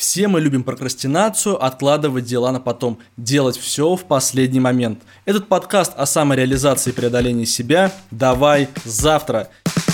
Все мы любим прокрастинацию, откладывать дела на потом, делать все в последний момент. Этот подкаст о самореализации и преодолении себя «Давай завтра».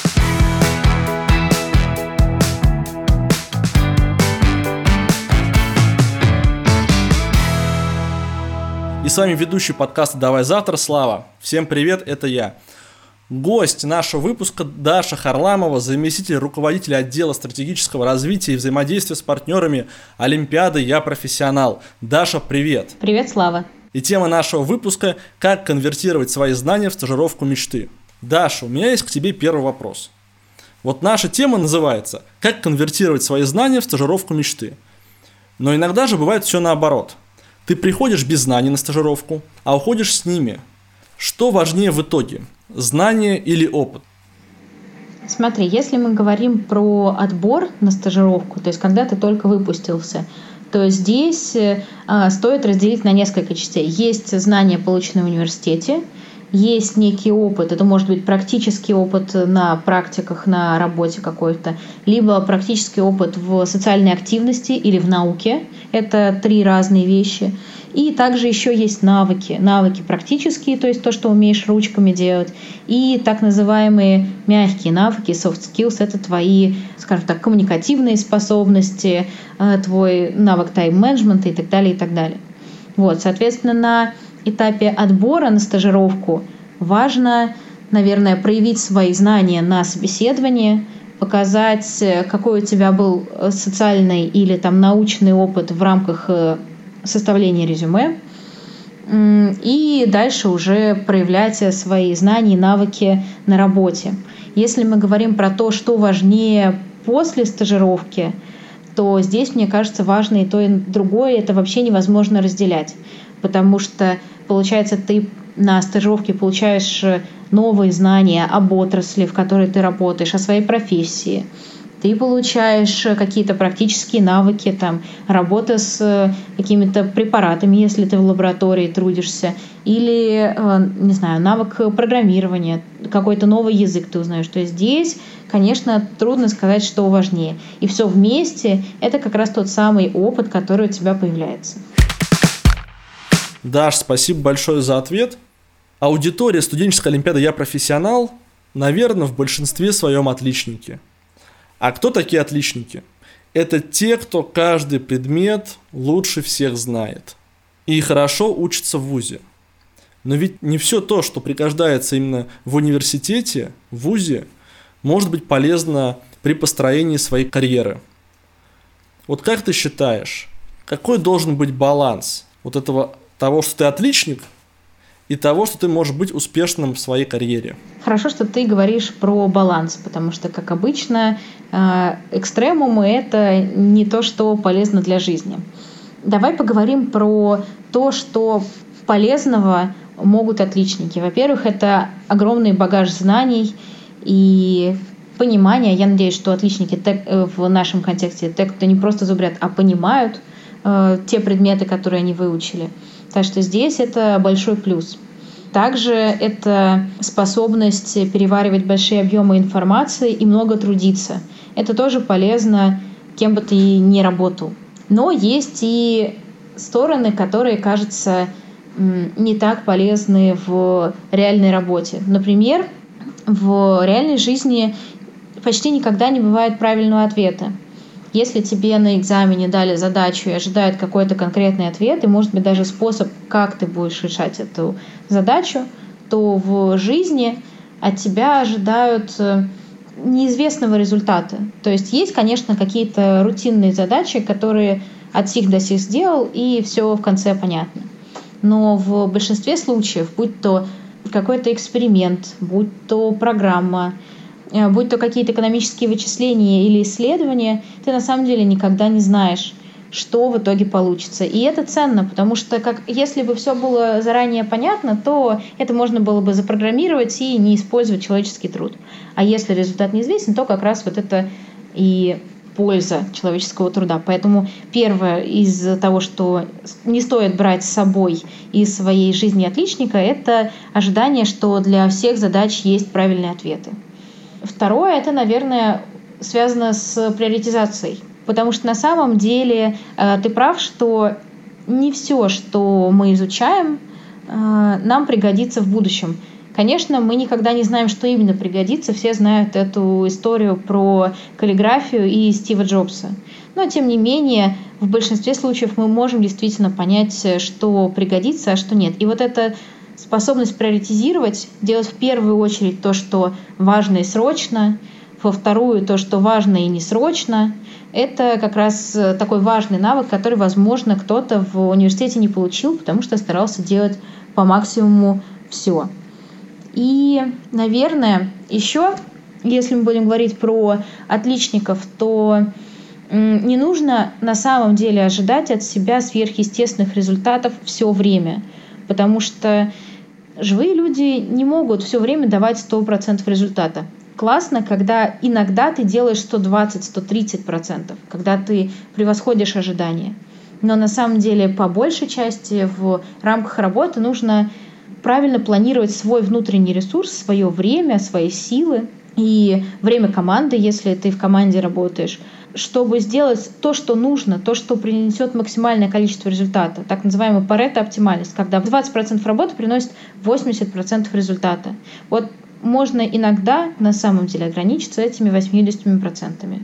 И с вами ведущий подкаста «Давай завтра» Слава. Всем привет, это я. Гость нашего выпуска Даша Харламова, заместитель руководителя отдела стратегического развития и взаимодействия с партнерами Олимпиады «Я профессионал». Даша, привет! Привет, Слава! И тема нашего выпуска – как конвертировать свои знания в стажировку мечты. Даша, у меня есть к тебе первый вопрос. Вот наша тема называется «Как конвертировать свои знания в стажировку мечты». Но иногда же бывает все наоборот. Ты приходишь без знаний на стажировку, а уходишь с ними. Что важнее в итоге? Знание или опыт? Смотри, если мы говорим про отбор на стажировку, то есть когда ты только выпустился, то здесь стоит разделить на несколько частей. Есть знания, полученные в университете, есть некий опыт, это может быть практический опыт на практиках, на работе какой-то, либо практический опыт в социальной активности или в науке. Это три разные вещи. И также еще есть навыки. Навыки практические, то есть то, что умеешь ручками делать. И так называемые мягкие навыки, soft skills, это твои, скажем так, коммуникативные способности, твой навык тайм-менеджмента и так далее, и так далее. Вот, соответственно, на этапе отбора на стажировку важно, наверное, проявить свои знания на собеседовании, показать, какой у тебя был социальный или там научный опыт в рамках составления резюме, и дальше уже проявлять свои знания и навыки на работе. Если мы говорим про то, что важнее после стажировки, то здесь, мне кажется, важно и то, и другое. Это вообще невозможно разделять, потому что, получается, ты на стажировке получаешь новые знания об отрасли, в которой ты работаешь, о своей профессии. Ты получаешь какие-то практические навыки, там, работа с какими-то препаратами, если ты в лаборатории трудишься, или, не знаю, навык программирования, какой-то новый язык ты узнаешь. То есть здесь, конечно, трудно сказать, что важнее. И все вместе — это как раз тот самый опыт, который у тебя появляется. Даш, спасибо большое за ответ. Аудитория студенческой олимпиады «Я профессионал», наверное, в большинстве своем отличники. А кто такие отличники? Это те, кто каждый предмет лучше всех знает и хорошо учится в вузе. Но ведь не все то, что пригождается именно в университете, в вузе, может быть полезно при построении своей карьеры. Вот как ты считаешь, какой должен быть баланс вот этого того, что ты отличник, и того, что ты можешь быть успешным в своей карьере? Хорошо, что ты говоришь про баланс, потому что, как обычно, экстремумы — это не то, что полезно для жизни. Давай поговорим про то, что полезного могут отличники. Во-первых, это огромный багаж знаний и понимания. Я надеюсь, что отличники в нашем контексте — те, кто не просто зубрят, а понимают те предметы, которые они выучили. Так что здесь это большой плюс. Также это способность переваривать большие объемы информации и много трудиться. Это тоже полезно, кем бы ты ни работал. Но есть и стороны, которые, кажется, не так полезны в реальной работе. Например, в реальной жизни почти никогда не бывает правильного ответа. Если тебе на экзамене дали задачу и ожидают какой-то конкретный ответ, и, может быть, даже способ, как ты будешь решать эту задачу, то в жизни от тебя ожидают неизвестного результата. То есть, конечно, какие-то рутинные задачи, которые от сих до сих сделал, и все в конце понятно. Но в большинстве случаев, будь то какой-то эксперимент, будь то программа, будь то какие-то экономические вычисления или исследования, ты на самом деле никогда не знаешь, что в итоге получится. И это ценно, потому что если бы все было заранее понятно, то это можно было бы запрограммировать и не использовать человеческий труд. А если результат неизвестен, то как раз вот это и польза человеческого труда. Поэтому первое из того, что не стоит брать с собой из своей жизни отличника, это ожидание, что для всех задач есть правильные ответы. Второе — это, наверное, связано с приоритизацией. Потому что на самом деле ты прав, что не все, что мы изучаем, нам пригодится в будущем. Конечно, мы никогда не знаем, что именно пригодится. Все знают эту историю про каллиграфию и Стива Джобса. Но, тем не менее, в большинстве случаев мы можем действительно понять, что пригодится, а что нет. И вот эта способность приоритизировать, делать в первую очередь то, что важно и срочно, во вторую то, что важно и не срочно, это как раз такой важный навык, который, возможно, кто-то в университете не получил, потому что старался делать по максимуму все. И, наверное, еще, если мы будем говорить про отличников, то не нужно на самом деле ожидать от себя сверхъестественных результатов все время, потому что живые люди не могут все время давать 100% результата. Классно, когда иногда ты делаешь 120-130%, когда ты превосходишь ожидания. Но на самом деле по большей части в рамках работы нужно правильно планировать свой внутренний ресурс, свое время, свои силы и время команды, если ты в команде работаешь, чтобы сделать то, что нужно, то, что принесет максимальное количество результата. Так называемая Парето-оптимальность, когда 20% работы приносит 80% результата. Вот можно иногда на самом деле ограничиться этими 80%.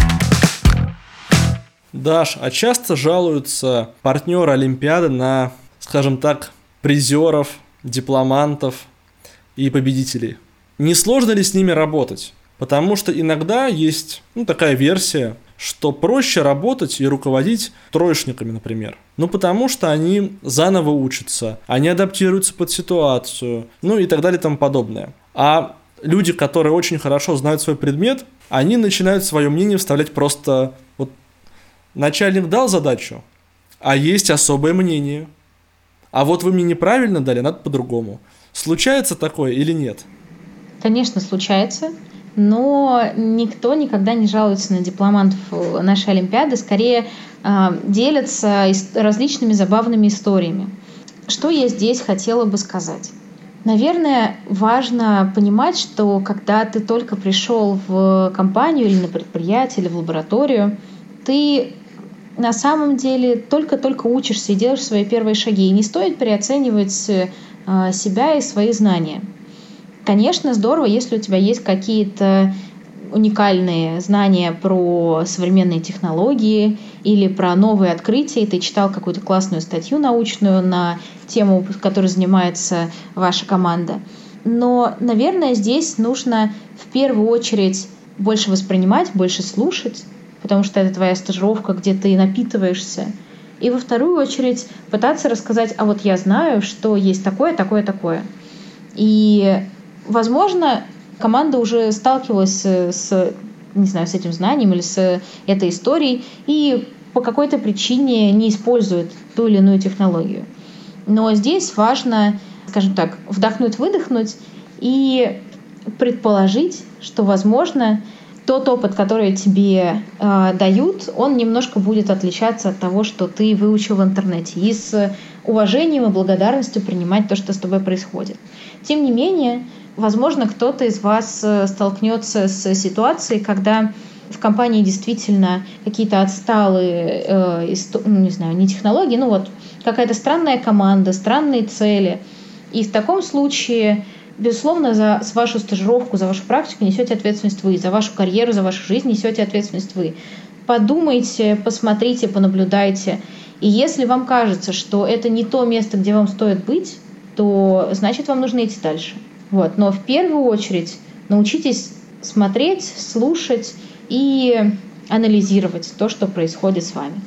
Даш, а часто жалуются партнеры Олимпиады на, скажем так, призеров, дипломантов и победителей? Не сложно ли с ними работать? Потому что иногда есть такая версия, что проще работать и руководить троечниками, например. Потому что они заново учатся, они адаптируются под ситуацию, и так далее и тому подобное. А люди, которые очень хорошо знают свой предмет, они начинают свое мнение вставлять просто... начальник дал задачу, а есть особое мнение. А вот вы мне неправильно дали, надо по-другому. Случается такое или нет? Конечно, случается. Но никто никогда не жалуется на дипломантов нашей Олимпиады, скорее делятся различными забавными историями. Что я здесь хотела бы сказать? Наверное, важно понимать, что когда ты только пришел в компанию или на предприятие, или в лабораторию, ты на самом деле только-только учишься и делаешь свои первые шаги. И не стоит переоценивать себя и свои знания. Конечно, здорово, если у тебя есть какие-то уникальные знания про современные технологии или про новые открытия, и ты читал какую-то классную статью научную на тему, которой занимается ваша команда. Но, наверное, здесь нужно в первую очередь больше воспринимать, больше слушать, потому что это твоя стажировка, где ты напитываешься. И во вторую очередь пытаться рассказать, а вот я знаю, что есть такое, такое, такое. И возможно, команда уже сталкивалась с этим знанием или с этой историей и по какой-то причине не использует ту или иную технологию. Но здесь важно, скажем так, вдохнуть-выдохнуть и предположить, что, возможно, тот опыт, который тебе дают, он немножко будет отличаться от того, что ты выучил в интернете. И с уважением и благодарностью принимать то, что с тобой происходит. Тем не менее, возможно, кто-то из вас столкнется с ситуацией, когда в компании действительно какие-то отсталые, не технологии, какая-то странная команда, странные цели. И в таком случае, безусловно, за вашу стажировку, за вашу практику несете ответственность вы, за вашу карьеру, за вашу жизнь несете ответственность вы. Подумайте, посмотрите, понаблюдайте. И если вам кажется, что это не то место, где вам стоит быть, то значит вам нужно идти дальше. Но в первую очередь научитесь смотреть, слушать и анализировать то, что происходит с вами.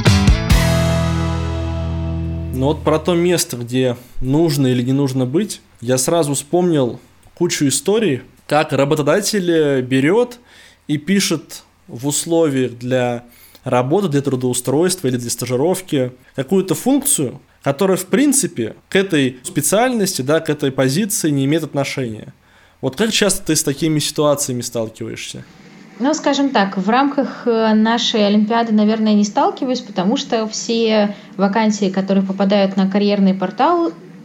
Про то место, где нужно или не нужно быть, я сразу вспомнил кучу историй, как работодатель берет и пишет в условиях для работы, для трудоустройства или для стажировки какую-то функцию, которая, в принципе, к этой специальности, к этой позиции не имеет отношения. Как часто ты с такими ситуациями сталкиваешься? Скажем так, в рамках нашей Олимпиады, наверное, не сталкиваюсь, потому что все вакансии, которые попадают на карьерный портал,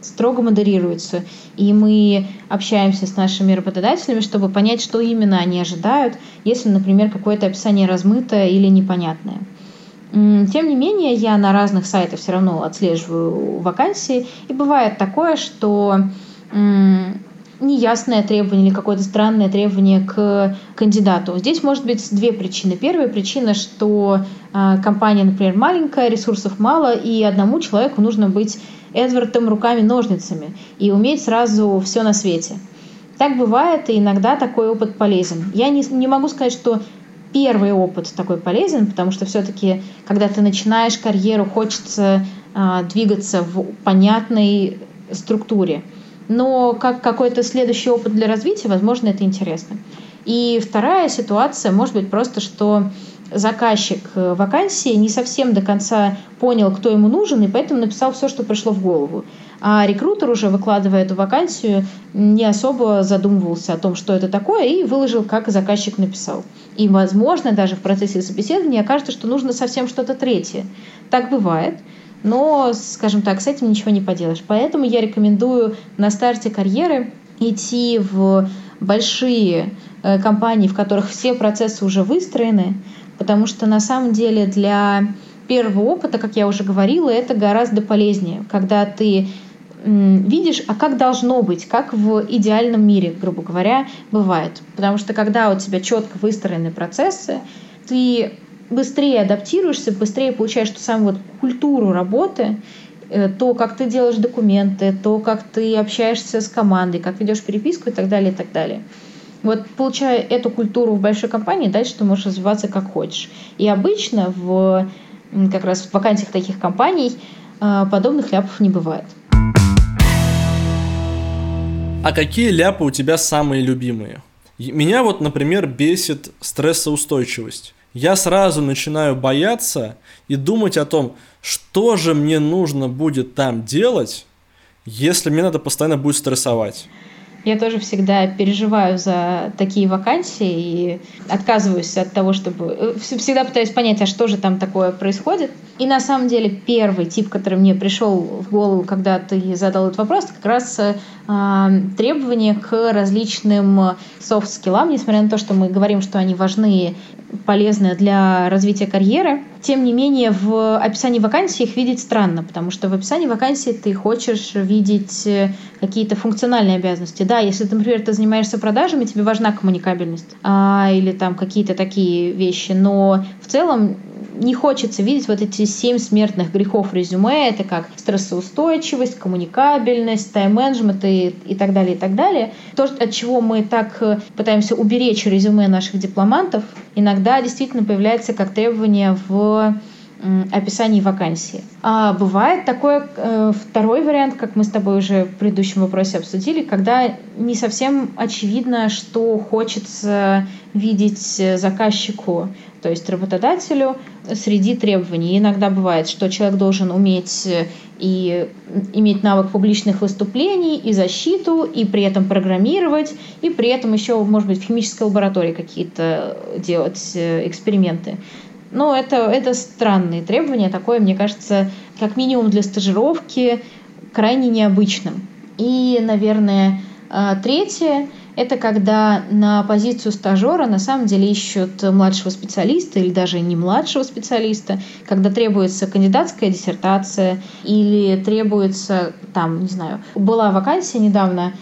строго модерируется. И мы общаемся с нашими работодателями, чтобы понять, что именно они ожидают, если, например, какое-то описание размытое или непонятное. Тем не менее, я на разных сайтах все равно отслеживаю вакансии, и бывает такое, что неясное требование или какое-то странное требование к кандидату. Здесь может быть две причины. Первая причина, что компания, например, маленькая, ресурсов мало, и одному человеку нужно быть Эдвардом руками-ножницами и уметь сразу все на свете. Так бывает, и иногда такой опыт полезен. Я не могу сказать, что первый опыт такой полезен, потому что все-таки, когда ты начинаешь карьеру, хочется двигаться в понятной структуре. Но как какой-то следующий опыт для развития, возможно, это интересно. И вторая ситуация может быть просто, что заказчик вакансии не совсем до конца понял, кто ему нужен, и поэтому написал все, что пришло в голову. А рекрутер, уже выкладывая эту вакансию, не особо задумывался о том, что это такое, и выложил, как заказчик написал. И, возможно, даже в процессе собеседования окажется, что нужно совсем что-то третье. Так бывает. Но, скажем так, с этим ничего не поделаешь. Поэтому я рекомендую на старте карьеры идти в большие компании, в которых все процессы уже выстроены, потому что на самом деле для первого опыта, как я уже говорила, это гораздо полезнее, когда ты видишь, а как должно быть, как в идеальном мире, грубо говоря, бывает. Потому что когда у тебя четко выстроены процессы, ты быстрее адаптируешься, быстрее получаешь ту самую культуру работы, то, как ты делаешь документы, то, как ты общаешься с командой, как ведешь переписку и так далее, и так далее. Вот, получая эту культуру в большой компании, дальше ты можешь развиваться как хочешь. И обычно как раз в вакансиях таких компаний подобных ляпов не бывает. А какие ляпы у тебя самые любимые? Меня вот, например, бесит стрессоустойчивость. Я сразу начинаю бояться и думать о том, что же мне нужно будет там делать, если мне надо постоянно будет стрессовать. Я тоже всегда переживаю за такие вакансии и отказываюсь от того, чтобы... Всегда пытаюсь понять, а что же там такое происходит. И на самом деле первый тип, который мне пришел в голову, когда ты задал этот вопрос, это как раз требования к различным софт-скиллам, несмотря на то, что мы говорим, что они важны, полезны для развития карьеры. Тем не менее, в описании вакансии их видеть странно, потому что в описании вакансии ты хочешь видеть какие-то функциональные обязанности. Да, если, например, ты занимаешься продажами, тебе важна коммуникабельность или там какие-то такие вещи, но в целом не хочется видеть вот эти 7 смертных грехов резюме. Это как стрессоустойчивость, коммуникабельность, тайм-менеджмент и так далее, и так далее. То, от чего мы так пытаемся уберечь резюме наших дипломантов, иногда действительно появляется как требование в описании вакансии. А бывает такой второй вариант, как мы с тобой уже в предыдущем вопросе обсудили, когда не совсем очевидно, что хочется видеть заказчику, то есть работодателю, среди требований. Иногда бывает, что человек должен уметь и иметь навык публичных выступлений, и защиту, и при этом программировать, и при этом еще, может быть, в химической лаборатории какие-то делать эксперименты. Но это странные требования. Такое, мне кажется, как минимум для стажировки крайне необычным. И, наверное, третье – это когда на позицию стажера на самом деле ищут младшего специалиста или даже не младшего специалиста, когда требуется кандидатская диссертация или требуется, там, не знаю, была вакансия недавно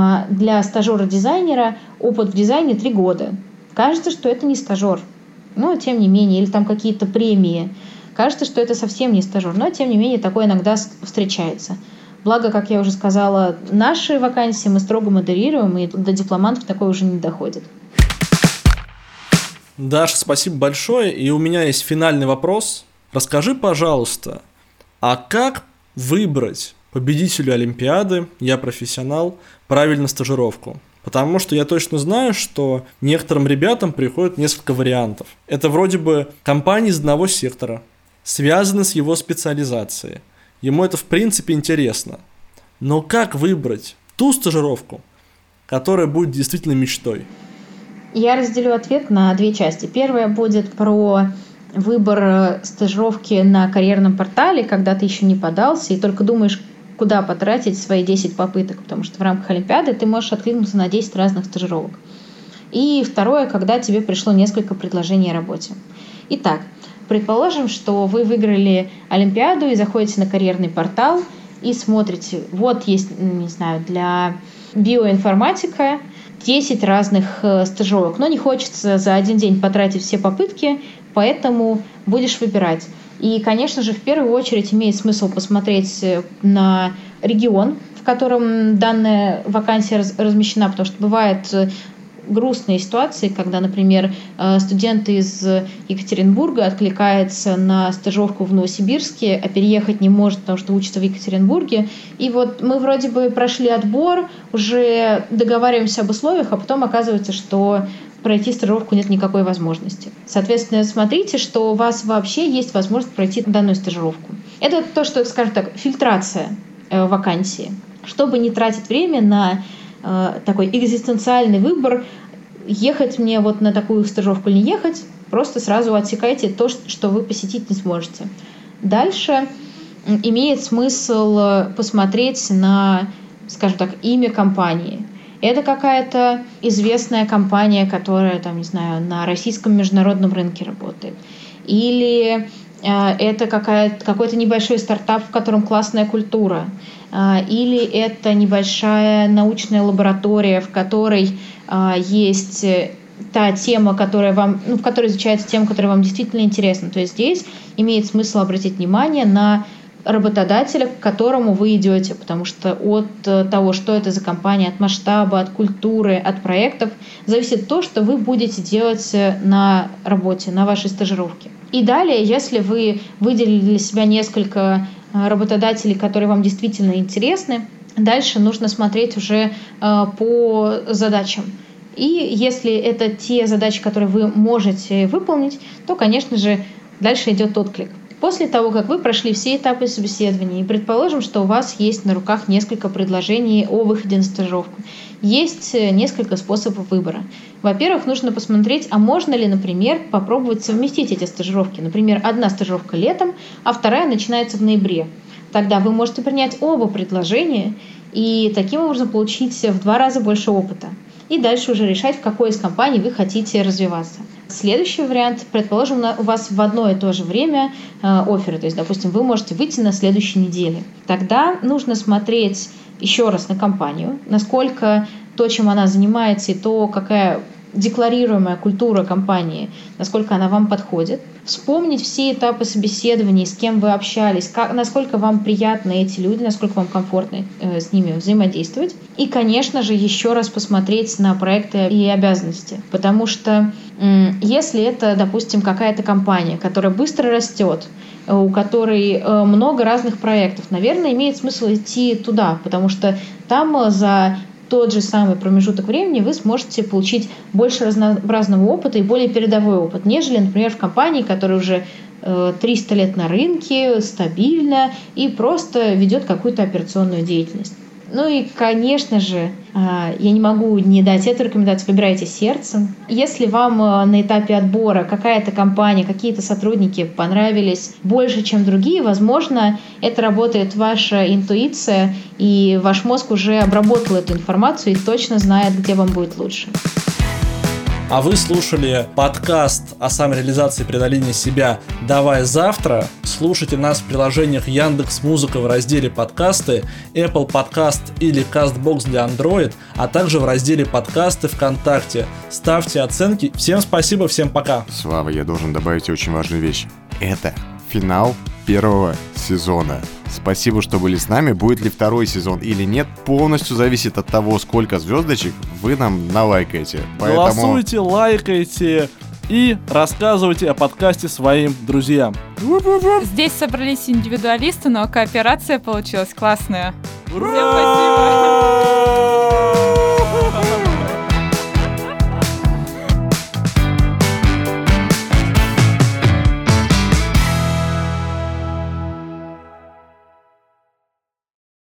для стажера-дизайнера, опыт в дизайне 3 года. Кажется, что это не стажер. Но тем не менее, или там какие-то премии. Кажется, что это совсем не стажер, но тем не менее такое иногда встречается. Благо, как я уже сказала, наши вакансии мы строго модерируем, и до дипломантов такое уже не доходит. Даша, спасибо большое. И у меня есть финальный вопрос. Расскажи, пожалуйста, а как выбрать победителю Олимпиады, я профессионал, правильно стажировку? Потому что я точно знаю, что некоторым ребятам приходит несколько вариантов. Это вроде бы компании из одного сектора, связаны с его специализацией. Ему это в принципе интересно. Но как выбрать ту стажировку, которая будет действительно мечтой? Я разделю ответ на 2 части. Первая будет про выбор стажировки на карьерном портале, когда ты еще не подался и только думаешь, куда потратить свои 10 попыток, потому что в рамках Олимпиады ты можешь откликнуться на 10 разных стажировок. И второе, когда тебе пришло несколько предложений о работе. Итак, предположим, что вы выиграли Олимпиаду и заходите на карьерный портал и смотрите, вот есть, не знаю, для биоинформатика 10 разных стажировок, но не хочется за один день потратить все попытки, поэтому будешь выбирать. И, конечно же, в первую очередь имеет смысл посмотреть на регион, в котором данная вакансия размещена, потому что бывает грустные ситуации, когда, например, студент из Екатеринбурга откликается на стажировку в Новосибирске, а переехать не может, потому что учится в Екатеринбурге. И вот мы вроде бы прошли отбор, уже договариваемся об условиях, а потом оказывается, что пройти стажировку нет никакой возможности. Соответственно, смотрите, что у вас вообще есть возможность пройти данную стажировку. Это то, что, скажем так, фильтрация вакансии. Чтобы не тратить время на такой экзистенциальный выбор, ехать мне вот на такую стажировку или не ехать, просто сразу отсекайте то, что вы посетить не сможете. Дальше имеет смысл посмотреть на, скажем так, имя компании. Это какая-то известная компания, которая, там, не знаю, на российском международном рынке работает. Или это какой-то небольшой стартап, в котором классная культура. Или это небольшая научная лаборатория, в которой есть та тема, в которой изучается тема, которая вам действительно интересна. То есть здесь имеет смысл обратить внимание на работодателя, к которому вы идете, потому что от того, что это за компания, от масштаба, от культуры, от проектов, зависит то, что вы будете делать на работе, на вашей стажировке. И далее, если вы выделили для себя несколько работодателей, которые вам действительно интересны, дальше нужно смотреть уже по задачам. И если это те задачи, которые вы можете выполнить, то, конечно же, дальше идет отклик. После того, как вы прошли все этапы собеседования, и предположим, что у вас есть на руках несколько предложений о выходе на стажировку, есть несколько способов выбора. Во-первых, нужно посмотреть, а можно ли, например, попробовать совместить эти стажировки. Например, одна стажировка летом, а вторая начинается в ноябре. Тогда вы можете принять оба предложения и таким образом получить в 2 раза больше опыта. И дальше уже решать, в какой из компаний вы хотите развиваться. Следующий вариант, предположим, у вас в одно и то же время офферы, то есть, допустим, вы можете выйти на следующей неделе. Тогда нужно смотреть еще раз на компанию, насколько то, чем она занимается, и то, какая декларируемая культура компании, насколько она вам подходит. Вспомнить все этапы собеседований, с кем вы общались, насколько вам приятны эти люди, насколько вам комфортно с ними взаимодействовать. И, конечно же, еще раз посмотреть на проекты и обязанности. Потому что если это, допустим, какая-то компания, которая быстро растет, у которой много разных проектов, наверное, имеет смысл идти туда, потому что там за тот же самый промежуток времени вы сможете получить больше разнообразного опыта и более передовой опыт, нежели, например, в компании, которая уже 300 лет на рынке, стабильна и просто ведет какую-то операционную деятельность. Ну и, конечно же, я не могу не дать эту рекомендацию, выбирайте сердцем. Если вам на этапе отбора какая-то компания, какие-то сотрудники понравились больше, чем другие, возможно, это работает ваша интуиция, и ваш мозг уже обработал эту информацию и точно знает, где вам будет лучше. А вы слушали подкаст о самореализации и преодолении себя «Давай завтра». Слушайте нас в приложениях Яндекс.Музыка в разделе «Подкасты», Apple Podcast или CastBox для Android, а также в разделе «Подкасты» ВКонтакте. Ставьте оценки. Всем спасибо, всем пока. Слава, я должен добавить очень важную вещь. Это финал 1 сезона. Спасибо, что были с нами. Будет ли 2 сезон или нет, полностью зависит от того, сколько звездочек вы нам налайкаете. Поэтому голосуйте, лайкайте и рассказывайте о подкасте своим друзьям. Здесь собрались индивидуалисты, но кооперация получилась классная. Ура! Всем спасибо!